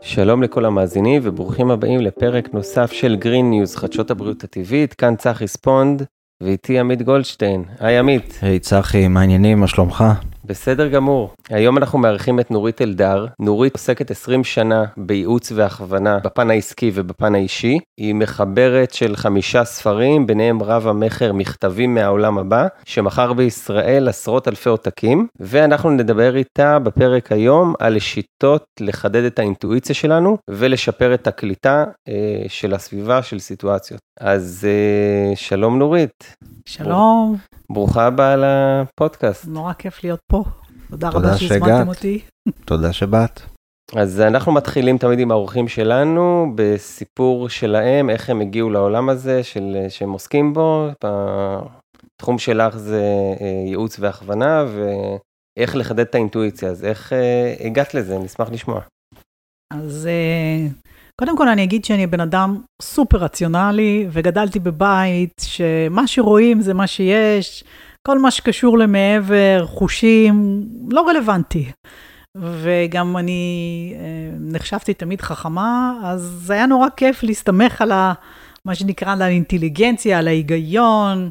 שלום לכל המאזינים וברוכים הבאים לפרק נוסף של גרין ניוז, חדשות הבריאות הטבעית. כאן צחי ספונד ואיתי עמית גולדשטיין. היי עמית. היי צחי, מה העניינים? מה שלומך? בסדר גמור. היום אנחנו מארחים את נורית אלדר. נורית עוסקת 20 שנה בייעוץ והכוונה בפן העסקי ובפן האישי. היא מחברת של 5 ספרים, ביניהם רב המחר מכתבים מהעולם הבא, שמכר בישראל עשרות אלפי עותקים, ואנחנו נדבר איתה בפרק היום על שיטות לחדד את האינטואיציה שלנו ולשפר את הקליטה של הסביבה של סיטואציות. אז שלום נורית. שלום. ברוכה הבאה לפודקאסט. נורא כיף להיות פה. תודה רבה שהזמנתם אותי. תודה שבאת. אז אנחנו מתחילים תמיד עם האורחים שלנו, בסיפור שלהם, איך הם הגיעו לעולם הזה, שהם עוסקים בו. התחום שלך זה ייעוץ והכוונה, ואיך לחדד את האינטואיציה. אז איך הגעת לזה? נשמח לשמוע. אז קודם כל אני אגיד שאני בן אדם סופר רציונלי, וגדלתי בבית שמה שרואים זה מה שיש, כל מה שקשור למעבר, חושים, לא רלוונטי. וגם אני נחשבתי תמיד חכמה, אז זה היה נורא כיף להסתמך על מה שנקרא על האינטליגנציה, על ההיגיון,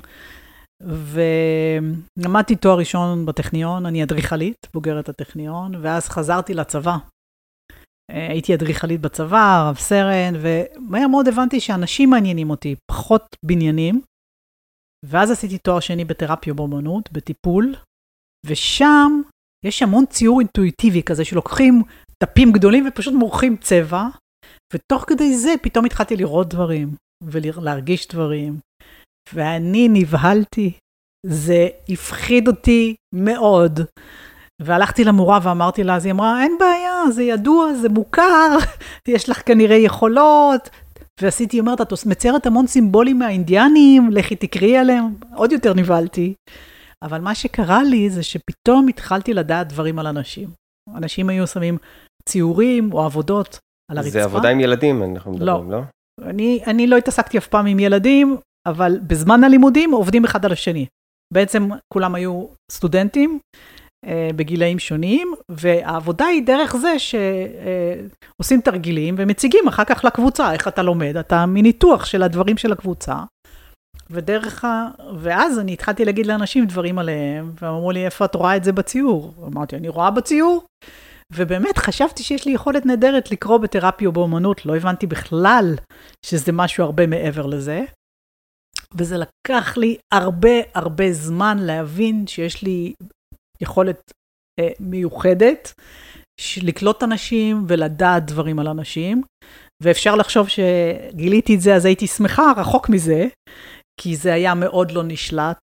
ולמדתי תואר ראשון בטכניון, אני אדריכלית, בוגרת הטכניון, ואז חזרתי לצבא. הייתי אדריכלית בצבא, רב סרן, ומהר מאוד הבנתי שאנשים מעניינים אותי, פחות בניינים, ואז עשיתי תואר שני בתרפיה באומנות, בטיפול, ושם יש המון ציור אינטואיטיבי כזה, שלוקחים דפים גדולים ופשוט מורחים צבע, ותוך כדי זה פתאום התחלתי לראות דברים, ולהרגיש דברים, ואני נבהלתי, זה הפחיד אותי מאוד, והלכתי למורה ואמרתי לה, אז היא אמרה, אין בעיה, זה ידוע, זה מוכר, יש לך כנראה יכולות, ועשיתי, אומרת, את מציירת המון סימבולים מהאינדיאנים, לכי תקראי עליהם, עוד יותר נבהלתי. אבל מה שקרה לי זה שפתאום התחלתי לדעת דברים על אנשים. אנשים היו שמים ציורים או עבודות על הרצפה. זה עבודה עם ילדים, אנחנו מדברים, לא? אני לא התעסקתי אף פעם עם ילדים, אבל בזמן הלימודים עובדים אחד על השני. בעצם כולם היו סטודנטים, בגילאים שונים, והעבודה היא דרך זה שעושים תרגילים ומציגים אחר כך לקבוצה, איך אתה לומד, אתה מניתוח של הדברים של הקבוצה, ואז אני התחלתי להגיד לאנשים דברים עליהם, והם אמרו לי, איפה את רואה את זה בציור? אמרתי, אני רואה בציור, ובאמת חשבתי שיש לי יכולת נהדרת לקרוא בתרפיה באומנות, לא הבנתי בכלל שזה משהו הרבה מעבר לזה, וזה לקח לי הרבה זמן להבין שיש לי יכולת מיוחדת, לקלוט אנשים ולדעת דברים על אנשים, ואפשר לחשוב שגיליתי את זה, אז הייתי שמחה, רחוק מזה, כי זה היה מאוד לא נשלט,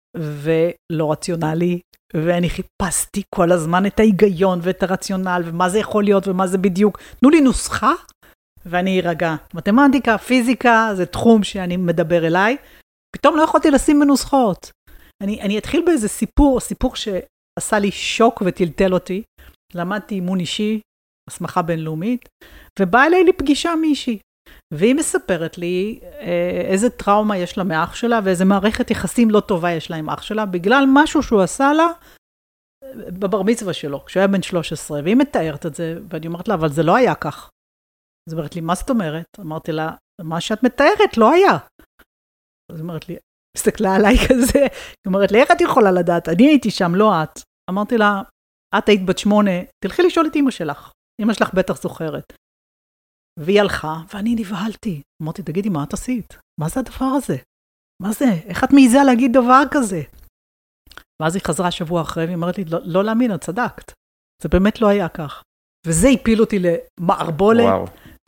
ולא רציונלי, ואני חיפשתי כל הזמן את ההיגיון ואת הרציונל, ומה זה יכול להיות ומה זה בדיוק. תנו לי נוסחה, ואני ארגע. מתמטיקה, פיזיקה, זה תחום שאני מדבר אליי, פתאום לא יכולתי לשים בנוסחות. אני אתחיל באיזה סיפור שעשה לי שוק וטלטל אותי. למדתי אימון אישי, הסמכה בינלאומית, ובאה אליי לפגישה מישהי. והיא מספרת לי איזה טראומה יש לה מאח שלה, ואיזה מערכת יחסים לא טובה יש לה עם אח שלה, בגלל משהו שהוא עשה לה בבר מצווה שלו, כשהוא היה בן 13, והיא מתארת את זה, ואני אומרת לה, אבל זה לא היה כך. אז היא אומרת לי, מה זאת אומרת? אמרתי לה, מה שאת מתארת לא היה. אז היא אומרת לי, הסתכלה עליי כזה, היא אומרת לי, איך את יכולה לדעת? אני הייתי שם, לא את. אמרתי לה, את היית בת 8, תלכי לשאול את אמא שלך. אמא שלך בטח זוכרת. והיא הלכה, ואני נבהלתי. אמרתי, תגידי, מה את עשית? מה זה הדבר הזה? מה זה? איך את מעיזה להגיד דבר כזה? ואז היא חזרה שבוע אחרי, והיא אומרת לי, לא להאמין, את צדקת. זה באמת לא היה כך. וזה הפיל אותי למערבולת. וואו.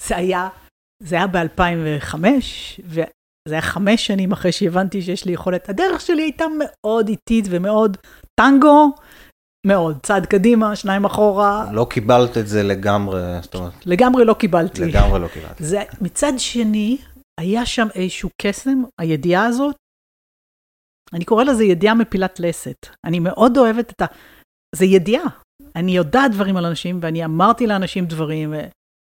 זה היה ב-2005, וזה היה 5 שנים אחרי שהבנתי שיש לי יכולת. הדרך שלי הייתה מאוד איטית ומאוד טנגו, מאוד, צעד קדימה, 2 אחורה. לא קיבלת את זה לגמרי, זאת אומרת. לגמרי לא קיבלתי. לגמרי לא קיבלתי. מצד שני, היה שם איזשהו קסם, הידיעה הזאת, אני קורא לזה ידיעה מפילת לסת. אני מאוד אוהבת זה ידיעה. אני יודעת דברים על אנשים, ואני אמרתי לאנשים דברים,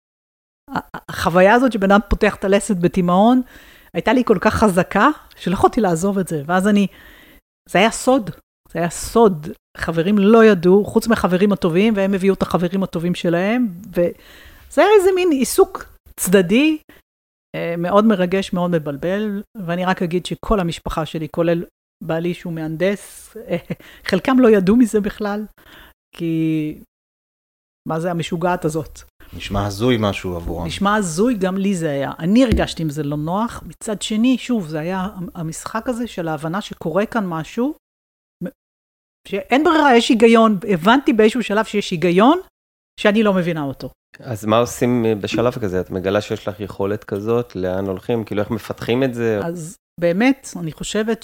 החוויה הזאת שבן אדם פותח את הלסת בתימהון, הייתה לי כל כך חזקה, שלא יכולתי לעזוב את זה. ואז זה היה סוד. זה היה סוד. חברים לא ידעו, חוץ מהחברים הטובים, והם הביאו את החברים הטובים שלהם, זה היה איזה מין עיסוק צדדי, מאוד מרגש, מאוד מבלבל, ואני רק אגיד שכל המשפחה שלי, כולל בעלי שהוא מהנדס, חלקם לא ידעו מזה בכלל, כי מה זה המשוגעת הזאת? נשמע הזוי משהו עבורם. נשמע הזוי, גם לי זה היה. אני הרגשתי עם זה לא נוח. מצד שני, שוב, זה היה המשחק הזה של ההבנה שקורה כאן משהו, שאין ברירה, יש היגיון. הבנתי באיזשהו שלב שיש היגיון, שאני לא מבינה אותו. אז מה עושים בשלב כזה? את מגלה שיש לך יכולת כזאת? לאן הולכים? כאילו איך מפתחים את זה? אז באמת, אני חושבת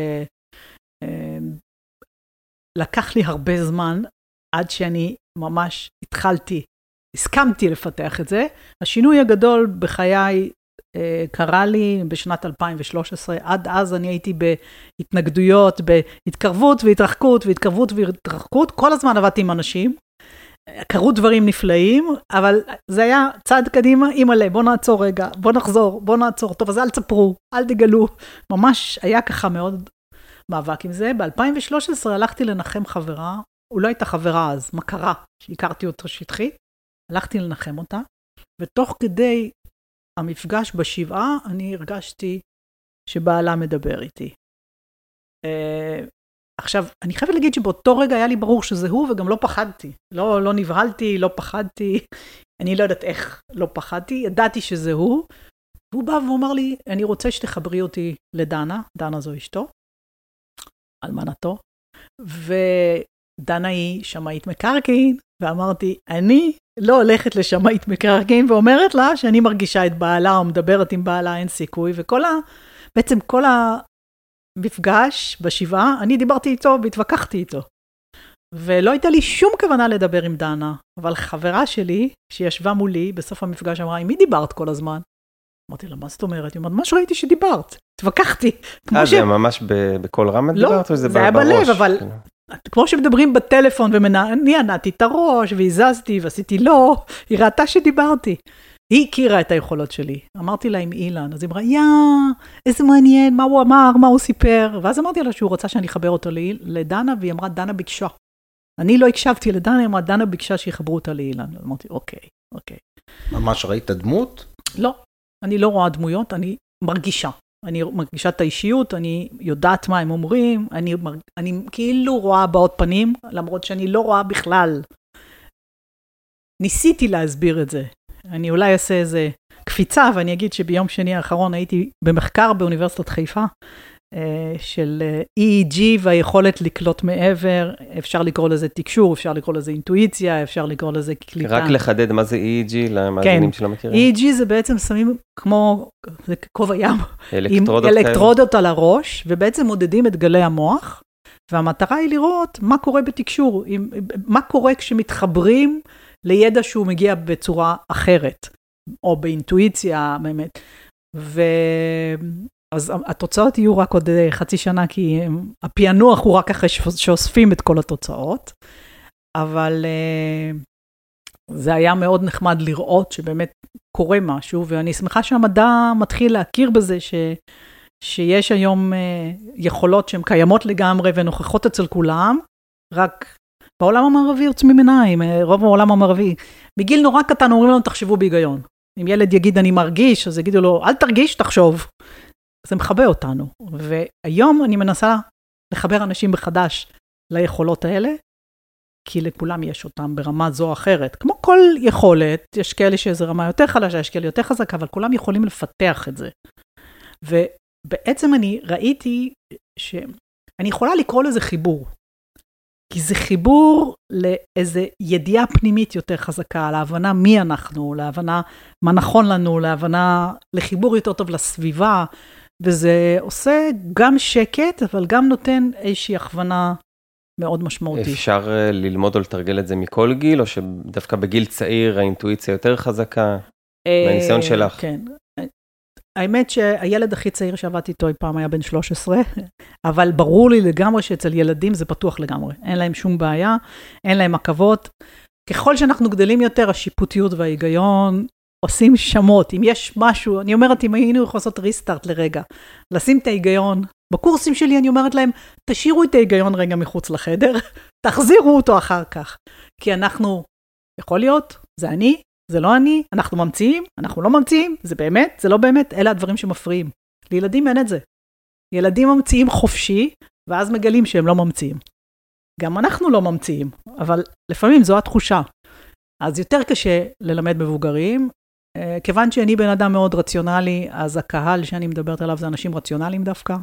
לקח לי הרבה זמן, עד שאני ממש הסכמתי לפתח את זה. השינוי הגדול בחיי קרה לי בשנת 2013. עד אז אני הייתי בהתנגדויות, בהתקרבות והתרחקות, והתקרבות והתרחקות. כל הזמן עבדתי עם אנשים. קרו דברים נפלאים, אבל זה היה צעד קדימה, אימא'לה, בוא נעצור רגע, בוא נחזור, בוא נעצור. טוב, אז אל תספרו, אל תגלו. ממש היה ככה מאוד מאבק עם זה. ב-2013 הלכתי לנחם חברה, הוא לא הייתה חברה אז, מה קרה? שהכרתי אותה שטחית, הלכתי לנחם אותה, ותוך כדי המפגש בשבעה, אני הרגשתי שבעלה מדבר איתי. עכשיו, אני חייבת להגיד שבאותו רגע היה לי ברור שזה הוא, וגם לא פחדתי. לא נבהלתי, לא פחדתי, אני לא יודעת איך לא פחדתי, ידעתי שזה הוא, והוא בא ואומר לי, אני רוצה שתחברי אותי לדנה, דנה זו אשתו, אלמנתו, ודנה היא שמאית מקרקעין, ואמרתי, אני לא הולכת לשמאית מקרקעין, ואומרת לה שאני מרגישה את בעלה, או מדברת עם בעלה, אין סיכוי, בעצם כל המפגש בשבעה, אני דיברתי איתו והתווכחתי איתו. ולא הייתה לי שום כוונה לדבר עם דנה, אבל חברה שלי, שישבה מולי, בסוף המפגש אמרה, עם מי דיברת כל הזמן? אמרתי לה, מה זאת אומרת? היא אומרת, ממש ראיתי שדיברת. התווכחתי. זה ממש בקול רם את דיברת? לא, זה היה בלב, אבל כמו שמדברים בטלפון, ואני ענתי את הראש, והזזתי, ועשיתי לא, היא ראתה שדיברתי. היא הכירה את היכולות שלי. אמרתי לה עם אילן, אז היא אמרה, איזה מעניין, מה הוא אמר, מה הוא סיפר. ואז אמרתי לה שהוא רוצה שאני אחבר אותו לדנה, והיא אמרה, דנה ביקשה. אני לא הקשבתי לדנה, היא אמרה, דנה ביקשה שיחברו אותה לאילן. אמרתי, אוקיי. ממש ראית דמות? לא, אני לא רואה דמויות, אני מרגישה. אני מרגישה את האישיות, אני יודעת מה הם אומרים, אני כאילו רואה הבעות פנים, למרות שאני לא רואה בכלל. ניסיתי להסביר את זה. אני אולי אעשה איזה קפיצה, ואני אגיד שביום שני האחרון הייתי במחקר באוניברסיטת חיפה, של EEG והיכולת לקלוט מעבר, אפשר לקרוא לזה תקשור, אפשר לקרוא לזה אינטואיציה, אפשר לקרוא לזה קליטה. רק לחדד מה זה EEG למאזינים שלא מכירים. EEG זה בעצם שמים כמו, זה כובע ים, אלקטרודות עם אלקטרודות על הראש, ובעצם מודדים את גלי המוח, והמטרה היא לראות מה קורה בתקשור, מה קורה כשמתחברים לידע שהוא מגיע בצורה אחרת, או באינטואיציה באמת. אז התוצאות יהיו רק עוד חצי שנה, כי הפענוח הוא רק אחרי שאוספים את כל התוצאות, אבל זה היה מאוד נחמד לראות שבאמת קורה משהו, ואני שמחה שהמדע מתחיל להכיר בזה שיש היום יכולות שהן קיימות לגמרי ונוכחות אצל כולם, רק בעולם המערבי עוצמים עיניים, רוב העולם המערבי. בגיל נורא קטן אומרים לנו, תחשבו בהיגיון. אם ילד יגיד אני מרגיש, אז יגידו לו, אל תרגיש, תחשוב. זה מחבא אותנו. והיום אני מנסה לחבר אנשים בחדש ליכולות האלה, כי לכולם יש אותם ברמה זו או אחרת. כמו כל יכולת, יש כאלה שאיזו רמה יותר חלשה, יש כאלה יותר חזקה, אבל כולם יכולים לפתח את זה. ובעצם אני ראיתי שאני יכולה לקרוא לזה חיבור. כי זה חיבור לאיזה ידיעה פנימית יותר חזקה, להבנה מי אנחנו, להבנה מה נכון לנו, להבנה לחיבור יותר טוב לסביבה, וזה עושה גם שקט, אבל גם נותן איזושהי הכוונה מאוד משמעותית. אפשר ללמוד או לתרגל את זה מכל גיל, או שדווקא בגיל צעיר האינטואיציה יותר חזקה? מהניסיון שלך. כן. האמת שהילד הכי צעיר שעבדתי איתו פעם היה בן 13, אבל ברור לי לגמרי שאצל ילדים זה פתוח לגמרי. אין להם שום בעיה, אין להם עכבות. ככל שאנחנו גדלים יותר, השיפוטיות וההיגיון עושים שמות. אם יש משהו, אני אומרת, אם היינו יכולים לעשות ריסטארט לרגע, לשים את ההיגיון. בקורסים שלי אני אומרת להם, תשאירו את ההיגיון רגע מחוץ לחדר, תחזירו אותו אחר כך. כי אנחנו, יכול להיות, זה אני, זה לא אני, אנחנו ממציאים, אנחנו לא ממציאים, זה באמת, זה לא באמת, אלה הדברים שמפריעים. לילדים אין את זה. ילדים ממציאים חופשי, ואז מגלים שהם לא ממציאים. גם אנחנו לא ממציאים, אבל לפעמים זו התחושה. אז יותר קשה ללמד מבוגרים, כיוון שאני בן אדם מאוד רציונלי, אז הקהל שאני מדברת עליו זה אנשים רציונליים דווקא.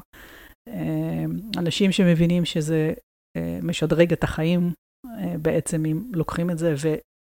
אנשים שמבינים שזה משדרג את החיים, בעצם אם לוקחים את זה,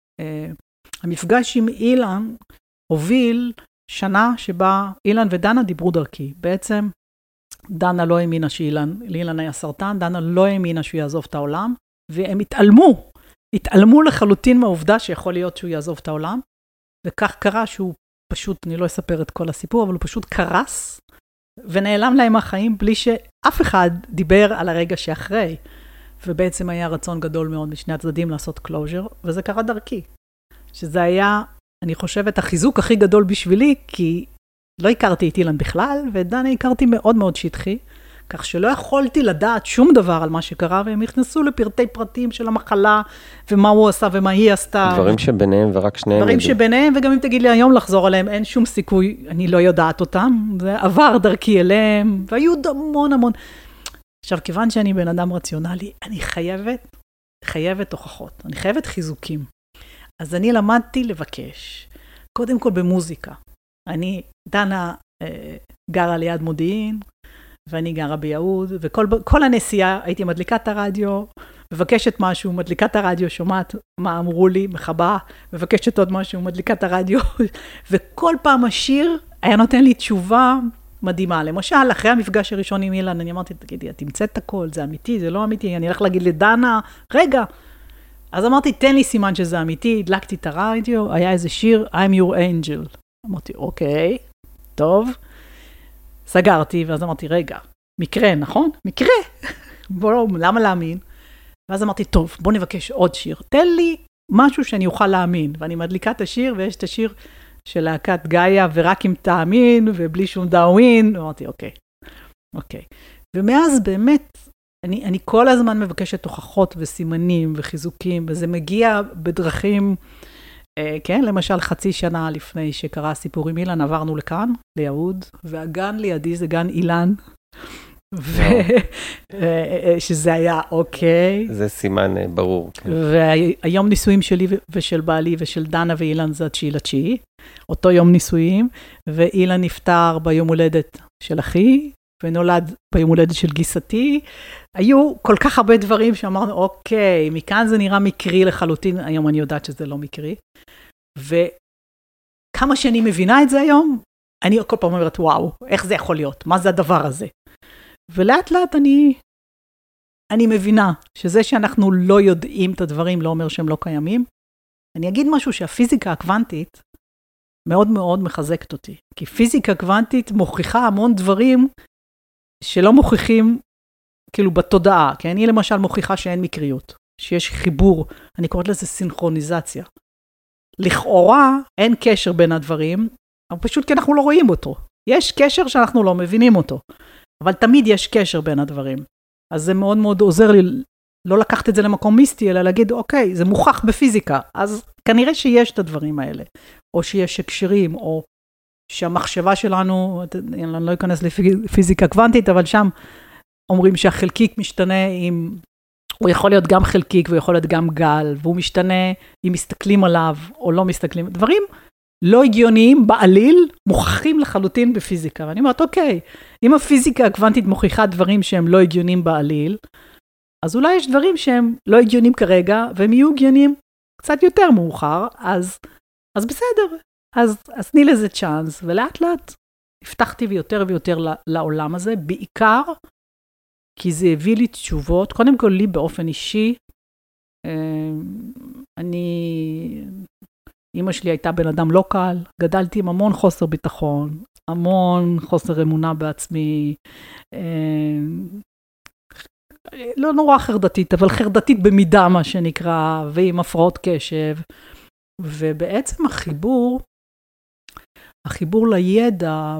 והמפגש עם אילן הוביל שנה שבה אילן ודנה דיברו דרכי. בעצם דנה לא האמינה לאילן היה סרטן, דנה לא האמינה שהוא יעזוב את העולם, והם התעלמו לחלוטין מהעובדה שיכול להיות שהוא יעזוב את העולם, וכך קרה שהוא פשוט, אני לא אספר את כל הסיפור, אבל הוא פשוט קרס, ונעלם להם החיים בלי שאף אחד דיבר על הרגע שאחרי, ובעצם היה רצון גדול מאוד משני הצדדים לעשות קלוז'ר, וזה קרה דרכי. שזה היה, אני חושבת, החיזוק הכי גדול בשבילי, כי לא הכרתי את אילן בכלל, ודנה הכרתי מאוד מאוד שטחי, כך שלא יכולתי לדעת שום דבר על מה שקרה, והם נכנסו לפרטי פרטים של המחלה, ומה הוא עשה ומה היא עשתה. דברים שביניהם ורק שניהם. דברים שביניהם, וגם אם תגיד לי היום לחזור עליהם, אין שום סיכוי, אני לא יודעת אותם, זה עבר דרכי אליהם, והיו המון המון. עכשיו, כיוון שאני בן אדם רציונלי, אני חייבת הוכחות, אני חייבת חיזוקים. אז אני למדתי לבקש, קודם כל במוזיקה. דנה גרה ליד מודיעין, ואני גרה ביהוד, וכל הנסיעה הייתי מדליקה את הרדיו, מבקשת משהו, מדליקה את הרדיו, שומעת מה אמרו לי, מחבאה, מבקשת עוד משהו, מדליקה את הרדיו, וכל פעם השיר היה נותן לי תשובה מדהימה. למשל, אחרי המפגש הראשון עם אילן, אני אמרתי, תגידי, את תמצאת את הכל, זה אמיתי, זה לא אמיתי, אני הולך להגיד לדנה, רגע. אז אמרתי, תן לי סימן שזה אמיתי, הדלקתי את הרדיו, היה איזה שיר, I'm your angel. אמרתי, אוקיי, טוב. סגרתי, ואז אמרתי, רגע, מקרה, נכון? מקרה. למה להאמין? ואז אמרתי, טוב, בוא נבקש עוד שיר. תן לי משהו שאני אוכל להאמין. ואני מדליקה את השיר, ויש את השיר של להקת גאיה, ורק אם תאמין, ובלי שום דאווין. אמרתי, אוקיי. ומאז באמת, אני כל הזמן מבקשת תוכחות וסימנים וחיזוקים, וזה מגיע בדרכים, כן, למשל חצי שנה לפני שקרה הסיפור עם אילן, עברנו לכאן, ליהוד, והגן לידי זה גן אילן, שזה היה אוקיי. זה סימן ברור. והיום נישואים שלי ושל בעלי ושל דנה ואילן זה 9/9, אותו יום נישואים, ואילן נפטר ביום הולדת של אחי, ונולד ביום הולדת של גיסתי. היו כל כך הרבה דברים שאמרנו, אוקיי, מכאן זה נראה מקרי לחלוטין, היום אני יודעת שזה לא מקרי. וכמה שאני מבינה את זה היום, אני כל פעם אומרת, וואו, איך זה יכול להיות? מה זה הדבר הזה? ולאט לאט אני מבינה שזה שאנחנו לא יודעים את הדברים, לא אומר שהם לא קיימים. אני אגיד משהו שהפיזיקה הקוונטית מאוד מאוד מחזקת אותי. כי פיזיקה קוונטית מוכיחה המון דברים שלא מוכיחים כאילו בתודעה. כי אני למשל מוכיחה שאין מקריות, שיש חיבור, אני קוראת לזה סינכרוניזציה. לכאורה אין קשר בין הדברים, אבל פשוט כי אנחנו לא רואים אותו. יש קשר שאנחנו לא מבינים אותו, אבל תמיד יש קשר בין הדברים. אז זה מאוד מאוד עוזר לי לא לקחת את זה למקום מיסטי, אלא להגיד, אוקיי, זה מוכח בפיזיקה, אז כנראה שיש את הדברים האלה, או שיש הקשרים, או שהמחשבה שלנו, אני לא אכנס לפיזיקה קוונטית, אבל שם אומרים שהחלקיק משתנה הוא יכול להיות גם חלקיק, והוא יכול להיות גם גל, והוא משתנה אם מסתכלים עליו, או לא מסתכלים, דברים לא הגיוניים בעליל, מוכחים לחלוטין בפיזיקה. ואני אומרת, אוקיי, אם הפיזיקה הקוונטית מוכיחה דברים שהם לא הגיוניים בעליל, אז אולי יש דברים שהם לא הגיוניים כרגע, והם יהיו הגיוניים קצת יותר מאוחר, אז בסדר. אז תני לזה צ'אנס, ולאט לאט הבטחתי ויותר ויותר לעולם הזה, בעיקר כי זה הביא לי תשובות, קודם כל לי באופן אישי, אמא שלי הייתה בן אדם לא קל, גדלתי עם המון חוסר ביטחון, המון חוסר אמונה בעצמי, לא נורא חרדתית, אבל חרדתית במידה מה שנקרא, ועם הפרעות קשב, ובעצם החיבור לידע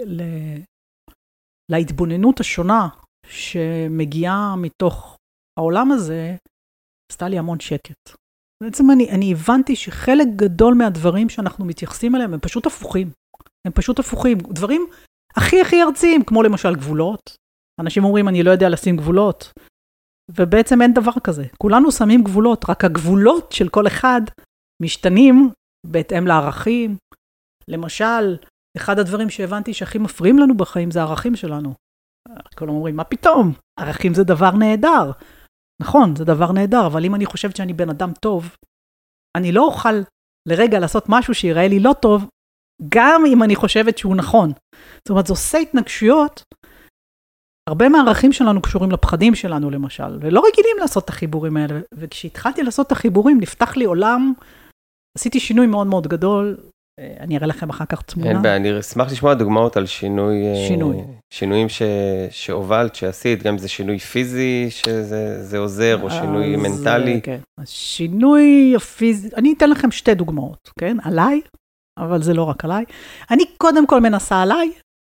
ולהתבוננות השונה שמגיעה מתוך העולם הזה, עשתה לי המון שקט. בעצם אני הבנתי שחלק גדול מהדברים שאנחנו מתייחסים אליהם, הם פשוט הפוכים. הם פשוט הפוכים. דברים הכי ארציים, כמו למשל גבולות. אנשים אומרים, אני לא יודע לשים גבולות. ובעצם אין דבר כזה. כולנו שמים גבולות, רק הגבולות של כל אחד משתנים בהתאם לערכים. למשל, אחד הדברים שהבנתי שהכי מפריעים לנו בחיים זה הערכים שלנו. כולם אומרים, מה פתאום? ערכים זה דבר נהדר. נכון, זה דבר נהדר, אבל אם אני חושבת שאני בן אדם טוב, אני לא אוכל לרגע לעשות משהו שיראה לי לא טוב, גם אם אני חושבת שהוא נכון. זאת אומרת, זה עושה התנגשויות. הרבה מהערכים שלנו קשורים לפחדים שלנו, למשל, ולא רגילים לעשות את החיבורים האלה. וכשהתחלתי לעשות את החיבורים, נפתח לי עולם, עשיתי שינוי מאוד מאוד גדול, אני אראה לכם אחר כך תמונה. אין בעיה, אני אשמח לשמוע דוגמאות על שינויים שהובלת, שעשית, גם אם זה שינוי פיזי שזה עוזר, או שינוי מנטלי. כן. השינוי הפיזי, אני אתן לכם שתי דוגמאות, כן? עליי, אבל זה לא רק עליי. אני קודם כל מנסה עליי,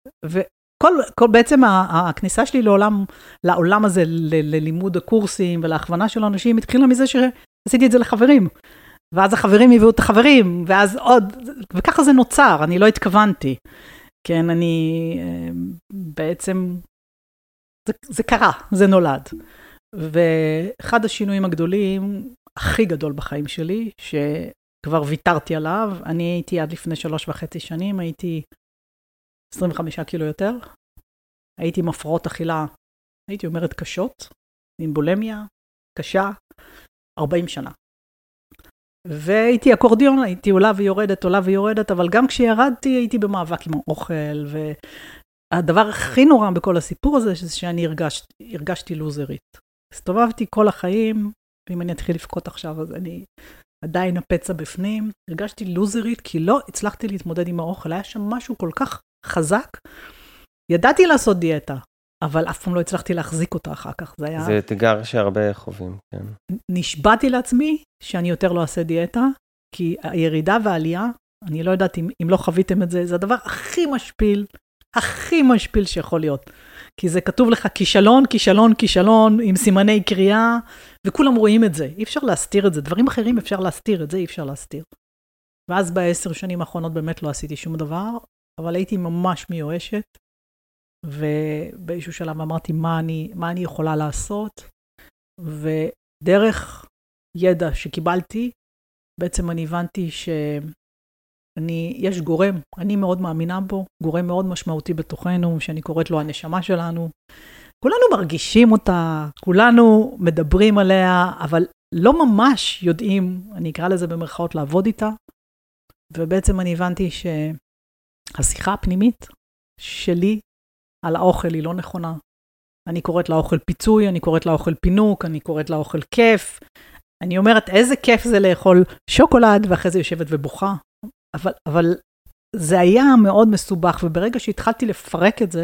בעצם הכניסה שלי לעולם הזה, ללימוד הקורסים ולהכוונה של אנשים, התחילה מזה שעשיתי את זה לחברים. ואז החברים הביאו את החברים, ואז עוד, וככה זה נוצר, אני לא התכוונתי. כן, אני בעצם, זה קרה, זה נולד. ואחד השינויים הגדולים, הכי גדול בחיים שלי, שכבר ויתרתי עליו, אני הייתי עד לפני 3.5 שנים, הייתי 25 קילו יותר, הייתי עם הפרעות אכילה, הייתי אומרת קשות, עם בולמיה, קשה, 40 שנה. והייתי אקורדיון, הייתי עולה ויורדת, אבל גם כשירדתי הייתי במאבק עם האוכל, והדבר הכי נורא בכל הסיפור הזה, זה שאני הרגשתי לוזרית. הסתובבתי כל החיים, ואם אני אתחיל לפקוט עכשיו, אז אני עדיין הפצע בפנים, הרגשתי לוזרית, כי לא הצלחתי להתמודד עם האוכל, היה שם משהו כל כך חזק, ידעתי לעשות דיאטה, אבל אף פעם לא הצלחתי להחזיק אותה אחר כך. זה אתגר שהרבה חווים, כן. נשבעתי לעצמי שאני יותר לא אעשה דיאטה, כי הירידה והעלייה, אני לא יודעת אם לא חוויתם את זה, זה הדבר הכי משפיל שיכול להיות. כי זה כתוב לך כישלון, עם סימני קריאה, וכולם רואים את זה. אי אפשר להסתיר את זה. דברים אחרים אפשר להסתיר, את זה אי אפשר להסתיר. ואז ב10 שנים האחרונות באמת לא עשיתי שום דבר, אבל הייתי ממש מיואשת, ובאיזשהו שלב אמרתי מה אני יכולה לעשות, ודרך ידע שקיבלתי, בעצם אני הבנתי יש גורם, אני מאוד מאמינה בו, גורם מאוד משמעותי בתוכנו, שאני קוראת לו הנשמה שלנו, כולנו מרגישים אותה, כולנו מדברים עליה, אבל לא ממש יודעים, אני אקרא לזה במרכאות, לעבוד איתה, ובעצם אני הבנתי שהשיחה הפנימית שלי על האוכל היא לא נכונה. אני קוראת לאוכל פיצוי, אני קוראת לאוכל פינוק, אני קוראת לאוכל כיף. אני אומרת, איזה כיף זה לאכול שוקולד, ואחרי זה יושבת ובוכה. אבל זה היה מאוד מסובך, וברגע שהתחלתי לפרק את זה,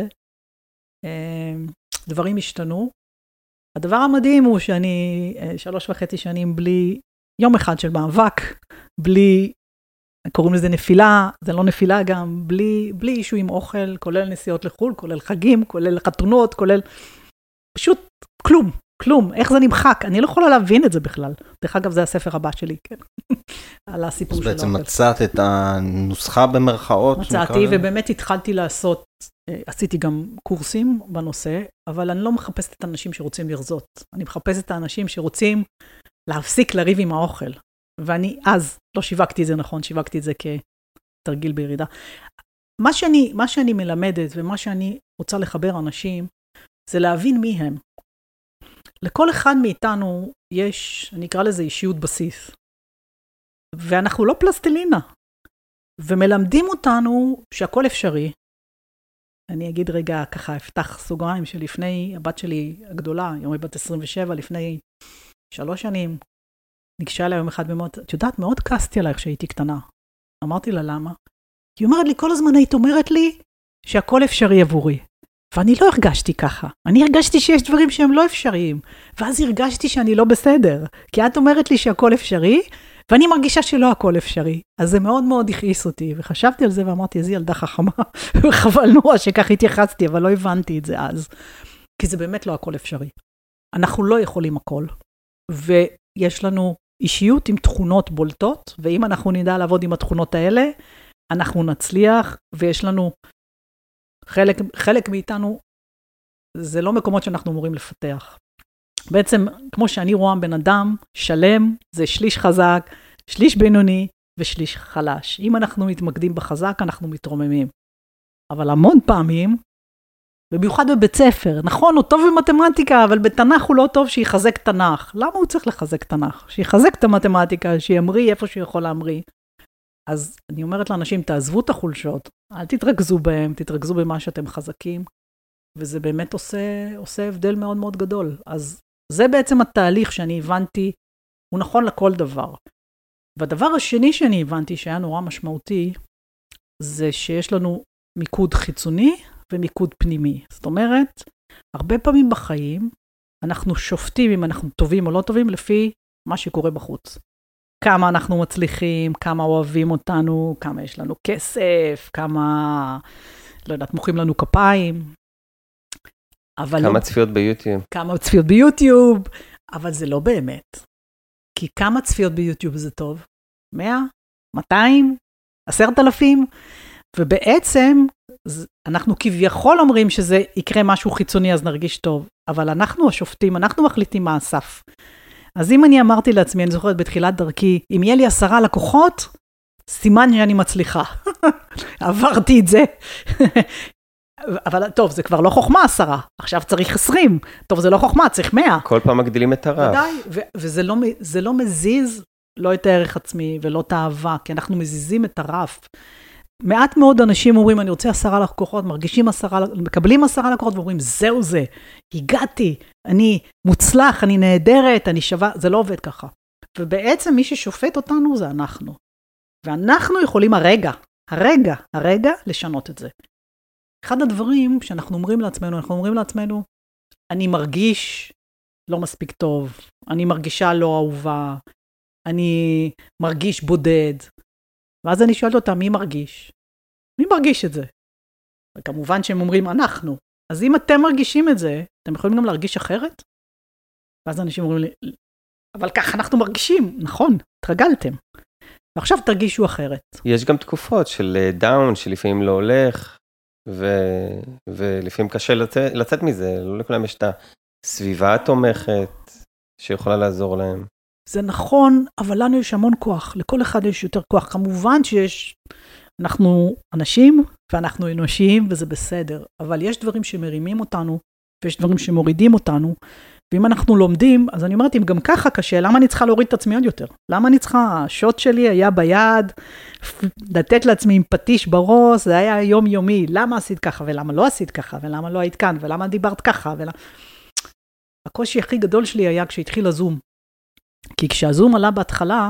דברים השתנו. הדבר המדהים הוא שאני 3.5 שנים בלי יום אחד של מאבק, בלי, קוראים לזה נפילה, זה לא נפילה גם, בלי אישו עם אוכל, כולל נסיעות לחול, כולל חגים, כולל חתונות, כולל פשוט כלום, איך זה נמחק, אני לא יכולה להבין את זה בכלל. דרך אגב, זה הספר הבא שלי, כן, על הסיפור של האוכל. אז בעצם מצאת את הנוסחה במרכאות? מצאתי, ובאמת התחלתי לעשות, עשיתי גם קורסים בנושא, אבל אני לא מחפשת את האנשים שרוצים לרזות, אני מחפשת את האנשים שרוצים להפסיק לריב עם האוכל. ואני אז לא שיווקתי את זה נכון, שיווקתי את זה כתרגיל בירידה. מה שאני מלמדת ומה שאני רוצה לחבר אנשים, זה להבין מי הם. לכל אחד מאיתנו יש, אני אקרא לזה אישיות בסיס. ואנחנו לא פלסטלינה. ומלמדים אותנו שהכל אפשרי. אני אגיד רגע ככה, אפתח סוגריים שלפני, הבת שלי הגדולה, יום היא בת 27, לפני 3 שנים, ניגשה אליי יום אחד במות, את יודעת, מאוד כעסתי עלייך שהייתי קטנה. אמרתי לה, למה? היא אומרת לי, כל הזמן היית אומרת לי שהכל אפשרי עבורי. ואני לא הרגשתי ככה. אני הרגשתי שיש דברים שהם לא אפשריים. ואז הרגשתי שאני לא בסדר. כי את אומרת לי שהכל אפשרי, ואני מרגישה שלא הכל אפשרי. אז זה מאוד מאוד הכעיס אותי. וחשבתי על זה ואמרתי, איזו ילדה חכמה. וחבל נורא שכך התייחסתי, אבל לא הבנתי את זה אז. כי זה באמת לא הכל אפשרי. אנחנו לא יכולים הכל. ויש לנו אישיות עם תכונות בולטות, ואם אנחנו נדע לעבוד עם התכונות האלה, אנחנו נצליח, ויש לנו חלק מאיתנו, זה לא מקומות שאנחנו אמורים לפתח. בעצם, כמו שאני רואה בן אדם, שלם, זה שליש חזק, שליש בינוני ושליש חלש. אם אנחנו מתמקדים בחזק, אנחנו מתרוממים. אבל המון פעמים, במיוחד בבית ספר, נכון, הוא טוב במתמטיקה, אבל בתנ"ך הוא לא טוב שיחזק תנ"ך. למה הוא צריך לחזק תנ"ך? שיחזק את המתמטיקה, שימריא איפה שהוא יכול להמריא. אז אני אומרת לאנשים, תעזבו את החולשות, אל תתרכזו בהם, תתרכזו במה שאתם חזקים, וזה באמת עושה הבדל מאוד מאוד גדול. אז זה בעצם התהליך שאני הבנתי, הוא נכון לכל דבר. והדבר השני שאני הבנתי שהיה נורא משמעותי, זה שיש לנו מיקוד חיצוני ומיקוד פנימי. זאת אומרת, הרבה פעמים בחיים, אנחנו שופטים אם אנחנו טובים או לא טובים, לפי מה שקורה בחוץ. כמה אנחנו מצליחים, כמה אוהבים אותנו, כמה יש לנו כסף, כמה, לא יודעת, מוחאים לנו כפיים. כמה צפיות ביוטיוב. כמה צפיות ביוטיוב, אבל זה לא באמת. כי כמה צפיות ביוטיוב זה טוב? 100? 200? 10,000? ובעצם אנחנו כביכול אומרים שזה יקרה משהו חיצוני אז נרגיש טוב, אבל אנחנו השופטים, אנחנו מחליטים מה הסף. אז אם אני אמרתי לעצמי, אני זוכרת בתחילת דרכי, אם יהיה לי 10 לקוחות, סימן שאני מצליחה. עברתי את זה. אבל טוב, זה כבר לא חוכמה 10, עכשיו צריך 20. טוב, זה לא חוכמה, צריך 100. כל פעם מגדילים את הרף. ודאי, וזה לא מזיז, לא את הערך עצמי ולא את האהבה, כי אנחנו מזיזים את הרף. מעט מאוד אנשים אומרים, אני רוצה 10 לקוחות, מרגישים 10, מקבלים 10 לקוחות, ואומרים, זהו זה, הגעתי, אני מוצלח, אני נהדרת, אני שווה, זה לא עובד ככה. ובעצם מי ששופט אותנו זה אנחנו. ואנחנו יכולים הרגע לשנות את זה. אחד הדברים שאנחנו אומרים לעצמנו, אני מרגיש לא מספיק טוב, אני מרגישה לא אהובה, אני מרגיש בודד, ואז אני שואלת אותם, מי מרגיש? מי מרגיש את זה? וכמובן שהם אומרים, אנחנו. אז אם אתם מרגישים את זה, אתם יכולים גם להרגיש אחרת? ואז אנשים אומרים לי, אבל כך אנחנו מרגישים. נכון, התרגלתם. ועכשיו תרגישו אחרת. יש גם תקופות של דאון, שלפעמים לא הולך, ולפעמים קשה לצאת מזה. לא לכולם יש את הסביבה התומכת, שיכולה לעזור להם. זה נכון, אבל לנו יש המון כוח. לכל אחד יש יותר כוח. כמובן אנחנו אנשים ואנחנו אנושיים וזה בסדר. אבל יש דברים שמרימים אותנו ויש דברים שמורידים אותנו. ואם אנחנו לומדים, אז אני אומרת, אם גם ככה קשה, למה אני צריכה להוריד את עצמי עוד יותר? למה אני צריכה? השוט שלי היה ביד, לתת לעצמי עם פטיש בראש, זה היה יומיומי. למה עשית ככה ולמה לא עשית ככה ולמה לא היית כאן ולמה דיברת ככה? הקושי הכי גדול שלי היה כשהתחיל הזום. כי כשהזום עלה בהתחלה,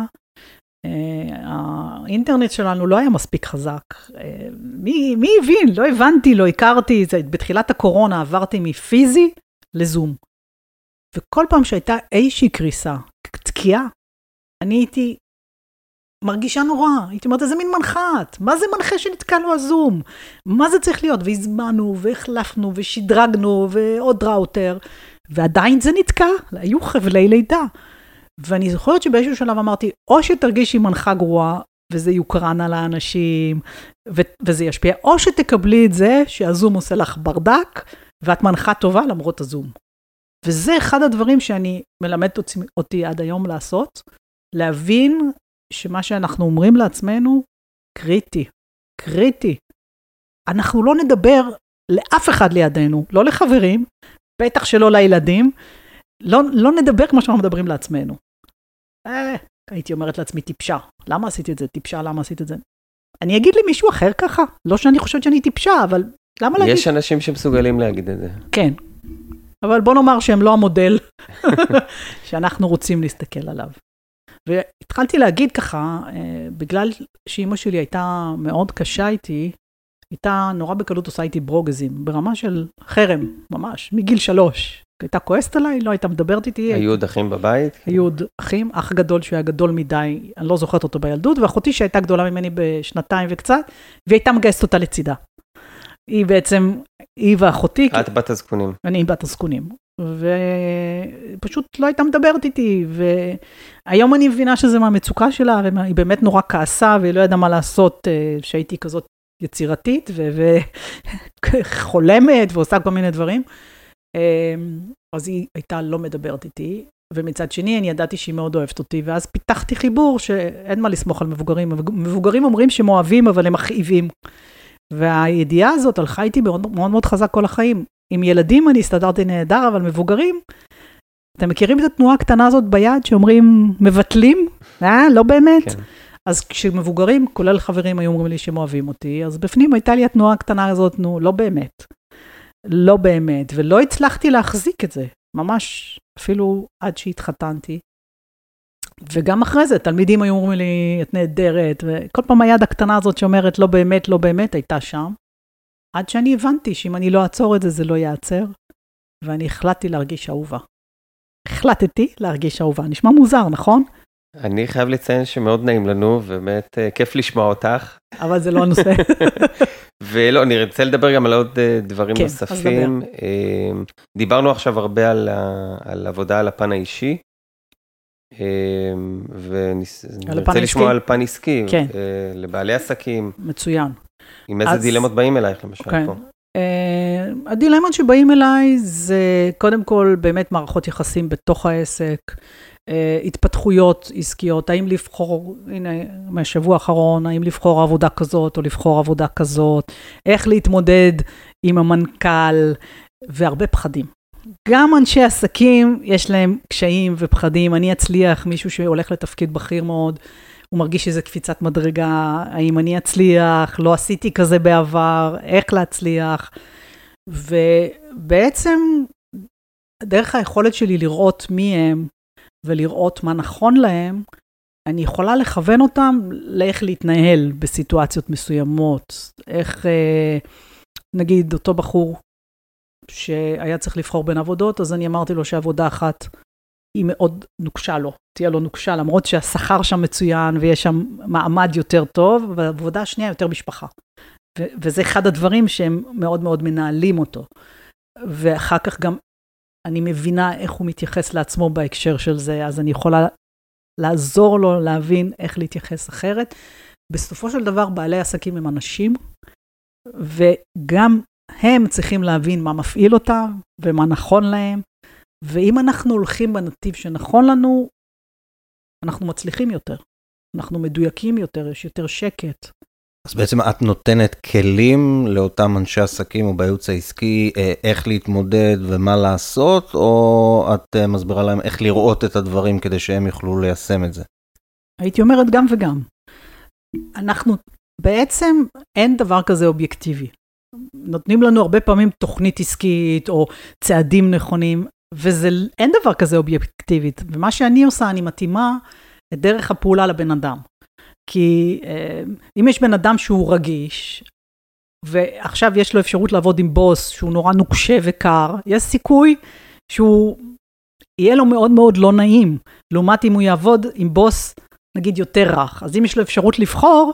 האינטרנט שלנו לא היה מספיק חזק. מי הבין? לא הבנתי, לא הכרתי. בתחילת הקורונה עברתי מפיזי לזום. וכל פעם שהייתה איזושהי קריסה, תקיעה, אני הייתי מרגישה נורא. הייתי אומרת, איזה מין מנחת. מה זה מנחה שנתקע לו הזום? מה זה צריך להיות? והזמנו, והחלפנו, ושדרגנו, ועוד ראוטר. ועדיין זה נתקע. היו חבלי לידה. ואני זוכרת שבאיזשהו שלב אמרתי, או שתרגישי מנחה גרועה, וזה יוקרן על האנשים, וזה ישפיע, או שתקבלי את זה, שהזום עושה לך ברדק, ואת מנחה טובה למרות הזום. וזה אחד הדברים שאני מלמדת אותי עד היום לעשות, להבין שמה שאנחנו אומרים לעצמנו, קריטי. אנחנו לא נדבר לאף אחד לידינו, לא לחברים, בטח שלא לילדים, לא נדבר כמו שאנחנו מדברים לעצמנו. הייתי אומרת לעצמי, טיפשה. למה עשיתי את זה? טיפשה, למה עשיתי את זה? אני אגיד למישהו אחר ככה? לא שאני חושבת שאני טיפשה, אבל למה להגיד? יש אנשים שמסוגלים להגיד את זה. כן. אבל בוא נאמר שהם לא המודל שאנחנו רוצים להסתכל עליו. והתחלתי להגיד ככה, בגלל שאמא שלי הייתה מאוד קשה איתי, הייתה נורא בקלות עושה איתי ברוגזים, ברמה של חרם, ממש, מגיל 3. הייתה כועסת עליי, לא הייתה מדברת איתי. היו עוד אחים בבית? היו עוד אחים, אח גדול שהיה גדול מדי, אני לא זוכרת אותו בילדות, ואחותי שהייתה גדולה ממני בשנתיים וקצת, והיא הייתה מגייסת אותה לצידה. היא בעצם, היא ואחותי. את בת הזקונים. אני בת הזקונים. ופשוט לא הייתה מדברת איתי, והיום אני מבינה שזה מהמצוקה שלה, והיא באמת נורא כעסה, והיא לא ידעה מה לעשות, שהייתי כזאת יצירתית, וחולמת, ועושה כל מיני דברים. אז היא הייתה לא מדברת איתי, ומצד שני אני ידעתי שהיא מאוד אוהבת אותי, ואז פיתחתי חיבור שאין מה לסמוך על מבוגרים. מבוגרים אומרים שהם אוהבים, אבל הם מכאיבים. והידיעה הזאת הלכה איתי מאוד מאוד, מאוד חזק כל החיים. עם ילדים אני הסתדרתי נהדר, אבל מבוגרים, אתם מכירים את התנועה הקטנה הזאת ביד, שאומרים מבטלים? לא באמת? כן. אז כשמבוגרים, כולל חברים, היו אומרים לי שהם אוהבים אותי, אז בפנים הייתה לי התנועה הקטנה הזאת, לא באמת. לא באמת, ולא הצלחתי להחזיק את זה, ממש אפילו עד שהתחתנתי. וגם אחרי זה, תלמידים היו אומרים לי, את נהדרת, וכל פעם היד הקטנה הזאת שאומרת, לא באמת, לא באמת, הייתה שם. עד שאני הבנתי שאם אני לא אעצור את זה, זה לא יעצר, ואני החלטתי להרגיש אהובה. החלטתי להרגיש אהובה. נשמע מוזר, נכון? אני חייב לציין שמאוד נעים לנו, ובאמת כיף לשמוע אותך. אבל זה לא הנושא. ולא, אני רוצה לדבר גם על עוד דברים נוספים. דיברנו עכשיו הרבה על עבודה על הפן האישי, ואני רוצה לשמוע על פן עסקי, לבעלי עסקים. מצוין. עם איזה דילמות באים אלייך, למשל פה? הדילמות שבאים אליי זה קודם כל באמת מערכות יחסים בתוך העסק, התפתחויות עסקיות, האם לבחור, הנה מהשבוע האחרון, האם לבחור עבודה כזאת או לבחור עבודה כזאת, איך להתמודד עם המנכ"ל, והרבה פחדים. גם אנשי עסקים יש להם קשיים ופחדים, אני אצליח, מישהו שהולך לתפקיד בכיר מאוד, הוא מרגיש שזה קפיצת מדרגה, האם אני אצליח, לא עשיתי כזה בעבר, איך להצליח, ובעצם דרך היכולת שלי לראות מי הם, ולראות מה נכון להם, אני יכולה לכוון אותם לאיך להתנהל בסיטואציות מסוימות, איך נגיד אותו בחור שהיה צריך לבחור בין עבודות, אז אני אמרתי לו שעבודה אחת היא מאוד נוקשה לו, תהיה לו נוקשה, למרות שהשכר שם מצוין ויש שם מעמד יותר טוב, והעבודה השנייה יותר משפחה. וזה אחד הדברים שהם מאוד מאוד מנהלים אותו. ואחר כך גם אני מבינה איך הוא מתייחס לעצמו בהקשר של זה, אז אני יכולה לעזור לו להבין איך להתייחס אחרת. בסופו של דבר בעלי עסקים הם אנשים, וגם הם צריכים להבין מה מפעיל אותם ומה נכון להם, ואם אנחנו הולכים בנתיב שנכון לנו, אנחנו מצליחים יותר, אנחנו מדויקים יותר, יש יותר שקט. אז בעצם את נותנת כלים לאותם אנשי עסקים או בייעוץ העסקי, איך להתמודד ומה לעשות, או את מסבירה להם איך לראות את הדברים כדי שהם יוכלו ליישם את זה? הייתי אומרת גם וגם. אנחנו בעצם אין דבר כזה אובייקטיבי. נותנים לנו הרבה פעמים תוכנית עסקית או צעדים נכונים, ואין דבר כזה אובייקטיבית. ומה שאני עושה, אני מתאימה את דרך הפעולה לבן אדם. כי אם יש בן אדם שהוא רגיש, ועכשיו יש לו אפשרות לעבוד עם בוס שהוא נורא נוקשה וקר, יש סיכוי שהוא יהיה לו מאוד מאוד לא נעים, לעומת אם הוא יעבוד עם בוס נגיד יותר רך. אז אם יש לו אפשרות לבחור,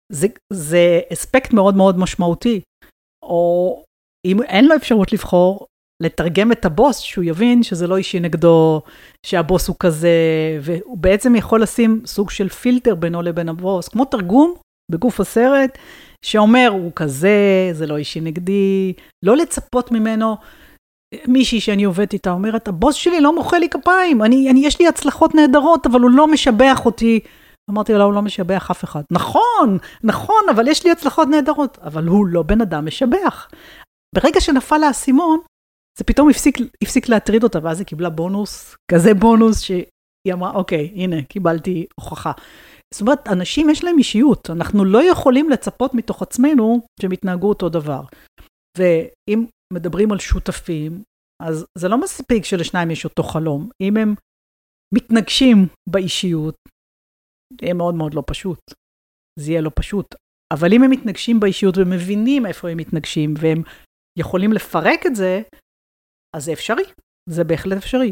זה אספקט מאוד מאוד משמעותי. או אם אין לו אפשרות לבחור, לתרגם את הבוס, שהוא יבין שזה לא אישי נגדו, שהבוס הוא כזה, והוא בעצם יכול לשים סוג של פילטר בינו לבין הבוס, כמו תרגום בגוף הסרט, שאומר, הוא כזה, זה לא אישי נגדי, לא לצפות ממנו. מישהי שאני עובדת איתה אומרת, הבוס שלי לא מוחא לי כפיים, יש לי הצלחות נהדרות, אבל הוא לא משבח אותי. אמרתי לה, הוא לא משבח אף אחד. נכון, אבל יש לי הצלחות נהדרות, אבל הוא לא בן אדם משבח. ברגע שנפל לה הסימון, זה פתאום הפסיק להטריד אותה, ואז היא קיבלה בונוס, כזה בונוס שהיא אמרה, אוקיי, הנה, קיבלתי הוכחה. זאת אומרת, אנשים יש להם אישיות, אנחנו לא יכולים לצפות מתוך עצמנו שהם יתנהגו אותו דבר. ואם מדברים על שותפים, אז זה לא מספיק שלשניים יש אותו חלום. אם הם מתנגשים באישיות, זה יהיה מאוד מאוד לא פשוט. זה יהיה לא פשוט. אבל אם הם מתנגשים באישיות ומבינים איפה הם מתנגשים, והם יכולים לפרק את זה, אז זה אפשרי. זה בהחלט אפשרי.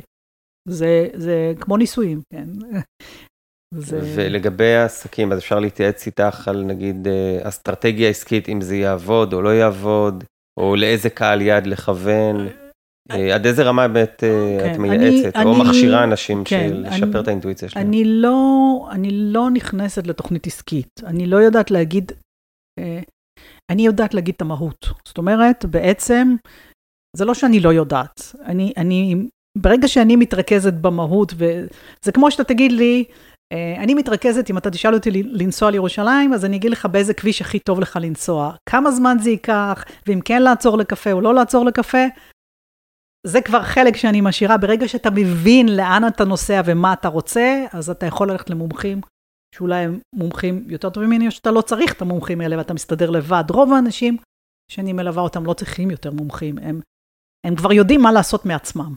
זה כמו ניסויים, כן. ולגבי העסקים, אז אפשר להתייעץ איתך על נגיד אסטרטגיה עסקית, אם זה יעבוד או לא יעבוד, או לאיזה קהל יד לכוון? כן. עד איזה רמה באמת את מייעצת, או מכשירה אנשים לשפר את האינטואיציה שלהם? אני לא נכנסת לתוכנית עסקית. אני לא יודעת להגיד, אני יודעת להגיד את המהות. זאת אומרת, בעצם, זה לא שאני לא יודעת. ברגע שאני מתרכזת במהות, וזה כמו שאתה תגיד לי, אני מתרכזת, אם אתה תשאל אותי לנסוע לירושלים, אז אני אגיד לך באיזה כביש הכי טוב לך לנסוע. כמה זמן זה ייקח, ואם כן לעצור לקפה או לא לעצור לקפה, זה כבר חלק שאני משאירה. ברגע שאתה מבין לאן אתה נוסע ומה אתה רוצה, אז אתה יכול ללכת למומחים, שאולי הם מומחים יותר טובים ממני, או שאתה לא צריך את המומחים האלה, ואתה מסתדר לבד. רוב האנשים שאני מלווה אותם לא צריכים יותר מומחים, הם כבר יודעים מה לעשות מעצמם.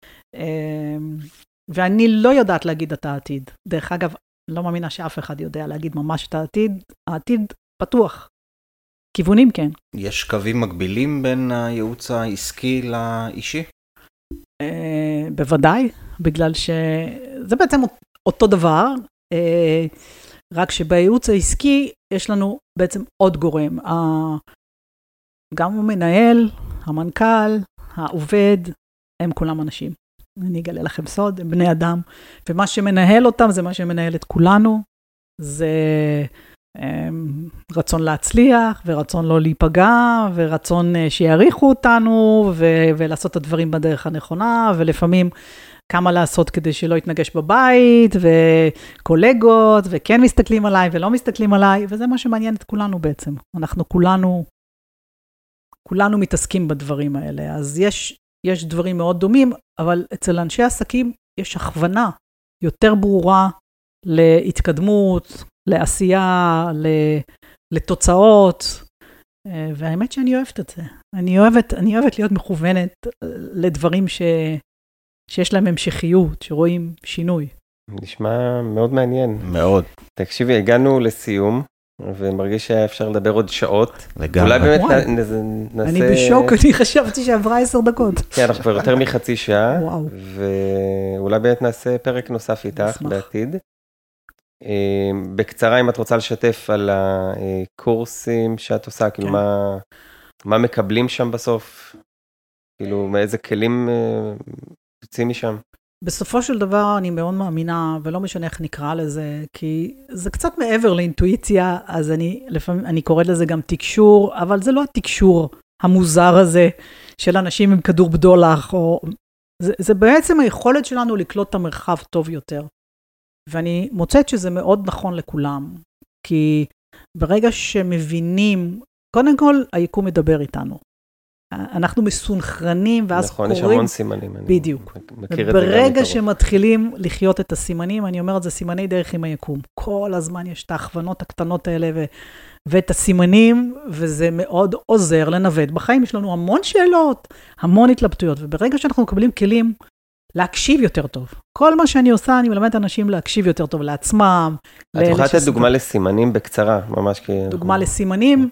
ואני לא יודעת להגיד את העתיד. דרך אגב, לא מאמינה שאף אחד יודע להגיד ממש את העתיד. העתיד פתוח. כיוונים כן. יש קווים מקבילים בין הייעוץ העסקי לאישי? בוודאי, בגלל שזה בעצם אותו דבר, רק שבייעוץ העסקי יש לנו בעצם עוד גורם. גם המנהל, המנכ"ל, העובד, הם כולם אנשים. אני אגלה לכם סוד, הם בני אדם, ומה שמנהל אותם זה מה שמנהל את כולנו, זה רצון להצליח, ורצון לא להיפגע, ורצון שיעריכו אותנו, ולעשות את הדברים בדרך הנכונה, ולפעמים כמה לעשות כדי שלא יתנגש בבית, וקולגות, וכן מסתכלים עליי ולא מסתכלים עליי, וזה מה שמעניין את כולנו בעצם. אנחנו כולנו מתעסקים בדברים האלה, אז יש דברים מאוד דומים, אבל אצל אנשי עסקים יש הכוונה יותר ברורה להתקדמות, לעשייה, לתוצאות, והאמת שאני אוהבת את זה. אני אוהבת להיות מכוונת לדברים שיש להם המשכיות, שרואים שינוי. נשמע מאוד מעניין. מאוד. תקשיבי, הגענו לסיום, ומרגיש שהיה אפשר לדבר עוד שעות. לגמרי. אולי באמת נעשה... אני בשוק, אני חשבתי שעברה 10 דקות. כן, אנחנו כבר יותר מחצי שעה, וואו. ואולי באמת נעשה פרק נוסף איתך בעתיד. בקצרה, אם את רוצה לשתף על הקורסים שאת עושה, כאילו מה מקבלים שם בסוף? כאילו, מאיזה כלים יוצאים משם? בסופו של דבר אני מאוד מאמינה, ולא משנה איך נקרא לזה, כי זה קצת מעבר לאינטואיציה, אז אני קוראת לזה גם תקשור, אבל זה לא התקשור המוזר הזה של אנשים עם כדור בדולח, זה בעצם היכולת שלנו לקלוט את המרחב טוב יותר. ואני מוצאת שזה מאוד נכון לכולם, כי ברגע שמבינים, קודם כל היקום מדבר איתנו. אנחנו מסונכרנים, ואז נכון, קוראים... יש המון סימנים. בדיוק. ברגע שמתחילים לחיות את הסימנים, אני אומרת, זה סימני דרך עם היקום. כל הזמן יש את ההכוונות הקטנות האלה, ואת הסימנים, וזה מאוד עוזר לנווט בחיים. יש לנו המון שאלות, המון התלבטויות, וברגע שאנחנו מקבלים כלים, להקשיב יותר טוב. כל מה שאני עושה, אני מלמד אנשים להקשיב יותר טוב לעצמם. את יכולה לתת דוגמה לסימנים בקצרה, ממש כי... דוגמה לסימנים.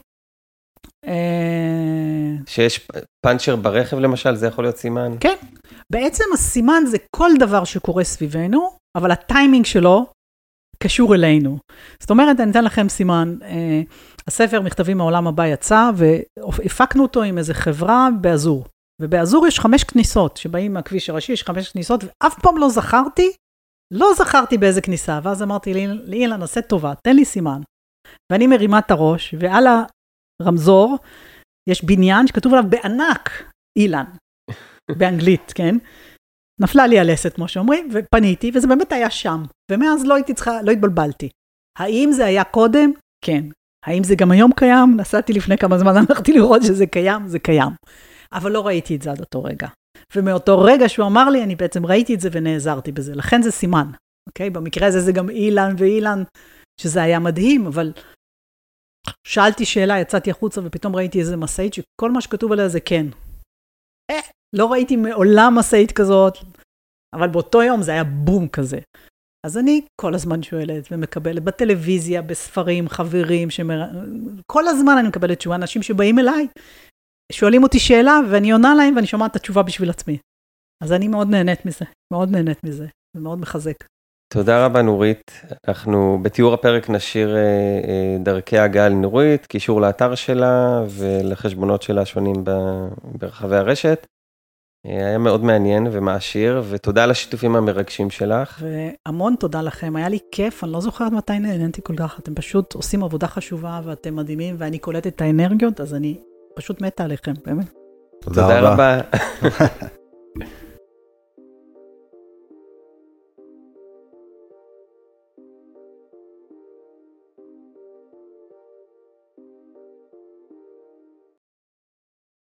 שיש פאנצ'ר ברכב למשל, זה יכול להיות סימן? כן. בעצם הסימן זה כל דבר שקורה סביבנו, אבל הטיימינג שלו קשור אלינו. זאת אומרת, אני אתן לכם סימן. הספר מכתבים מהעולם הבא יצא, והפקנו אותו עם איזו חברה באזור. ובאזור יש 5 כניסות, שבאים מהכביש הראשי, יש 5 כניסות, ואף פעם לא זכרתי באיזה כניסה, ואז אמרתי לי, אילן, עשה טובה, תן לי סימן. ואני מרימה את הראש, ועל הרמזור, יש בניין שכתוב עליו בענק, אילן, באנגלית, כן? נפלה לי הלסת, כמו שאומרים, ופניתי, וזה באמת היה שם, ומאז לא התבלבלתי. האם זה היה קודם? כן. האם זה גם היום קיים? נסעתי לפני כמה זמן, הלכתי לראות שזה קיים, זה קיים. אבל לא ראיתי את זה עד אותו רגע. ומאותו רגע שהוא אמר לי, אני בעצם ראיתי את זה ונעזרתי בזה. לכן זה סימן. אוקיי? במקרה הזה זה גם אילן ואילן, שזה היה מדהים, אבל שאלתי שאלה, יצאתי החוצה ופתאום ראיתי איזה מסעית, שכל מה שכתוב עליה זה כן. לא ראיתי מעולם מסעית כזאת, אבל באותו יום זה היה בום כזה. אז אני כל הזמן שואלת ומקבלת בטלוויזיה, בספרים, חברים, כל הזמן אני מקבלת תשובה, אנשים שבאים אליי, שואלים אותי שאלה, ואני עונה להם, ואני שומעת את התשובה בשביל עצמי. אז אני מאוד נהנית מזה, זה מאוד מחזק. תודה רבה נורית, אנחנו בתיאור הפרק נשאיר דרכי הגעה לנורית, קישור לאתר שלה ולחשבונות שלה שונים ברחבי הרשת. היה מאוד מעניין ומעשיר, ותודה על השיתופים המרגשים שלך. והמון תודה לכם, היה לי כיף, אני לא זוכרת מתי נהניתי כל כך, אתם פשוט עושים עבודה חשובה ואתם מדהימים, ואני קולטת את האנרגיות, אז אני פשוט מתה עליכם, באמת. תודה רבה.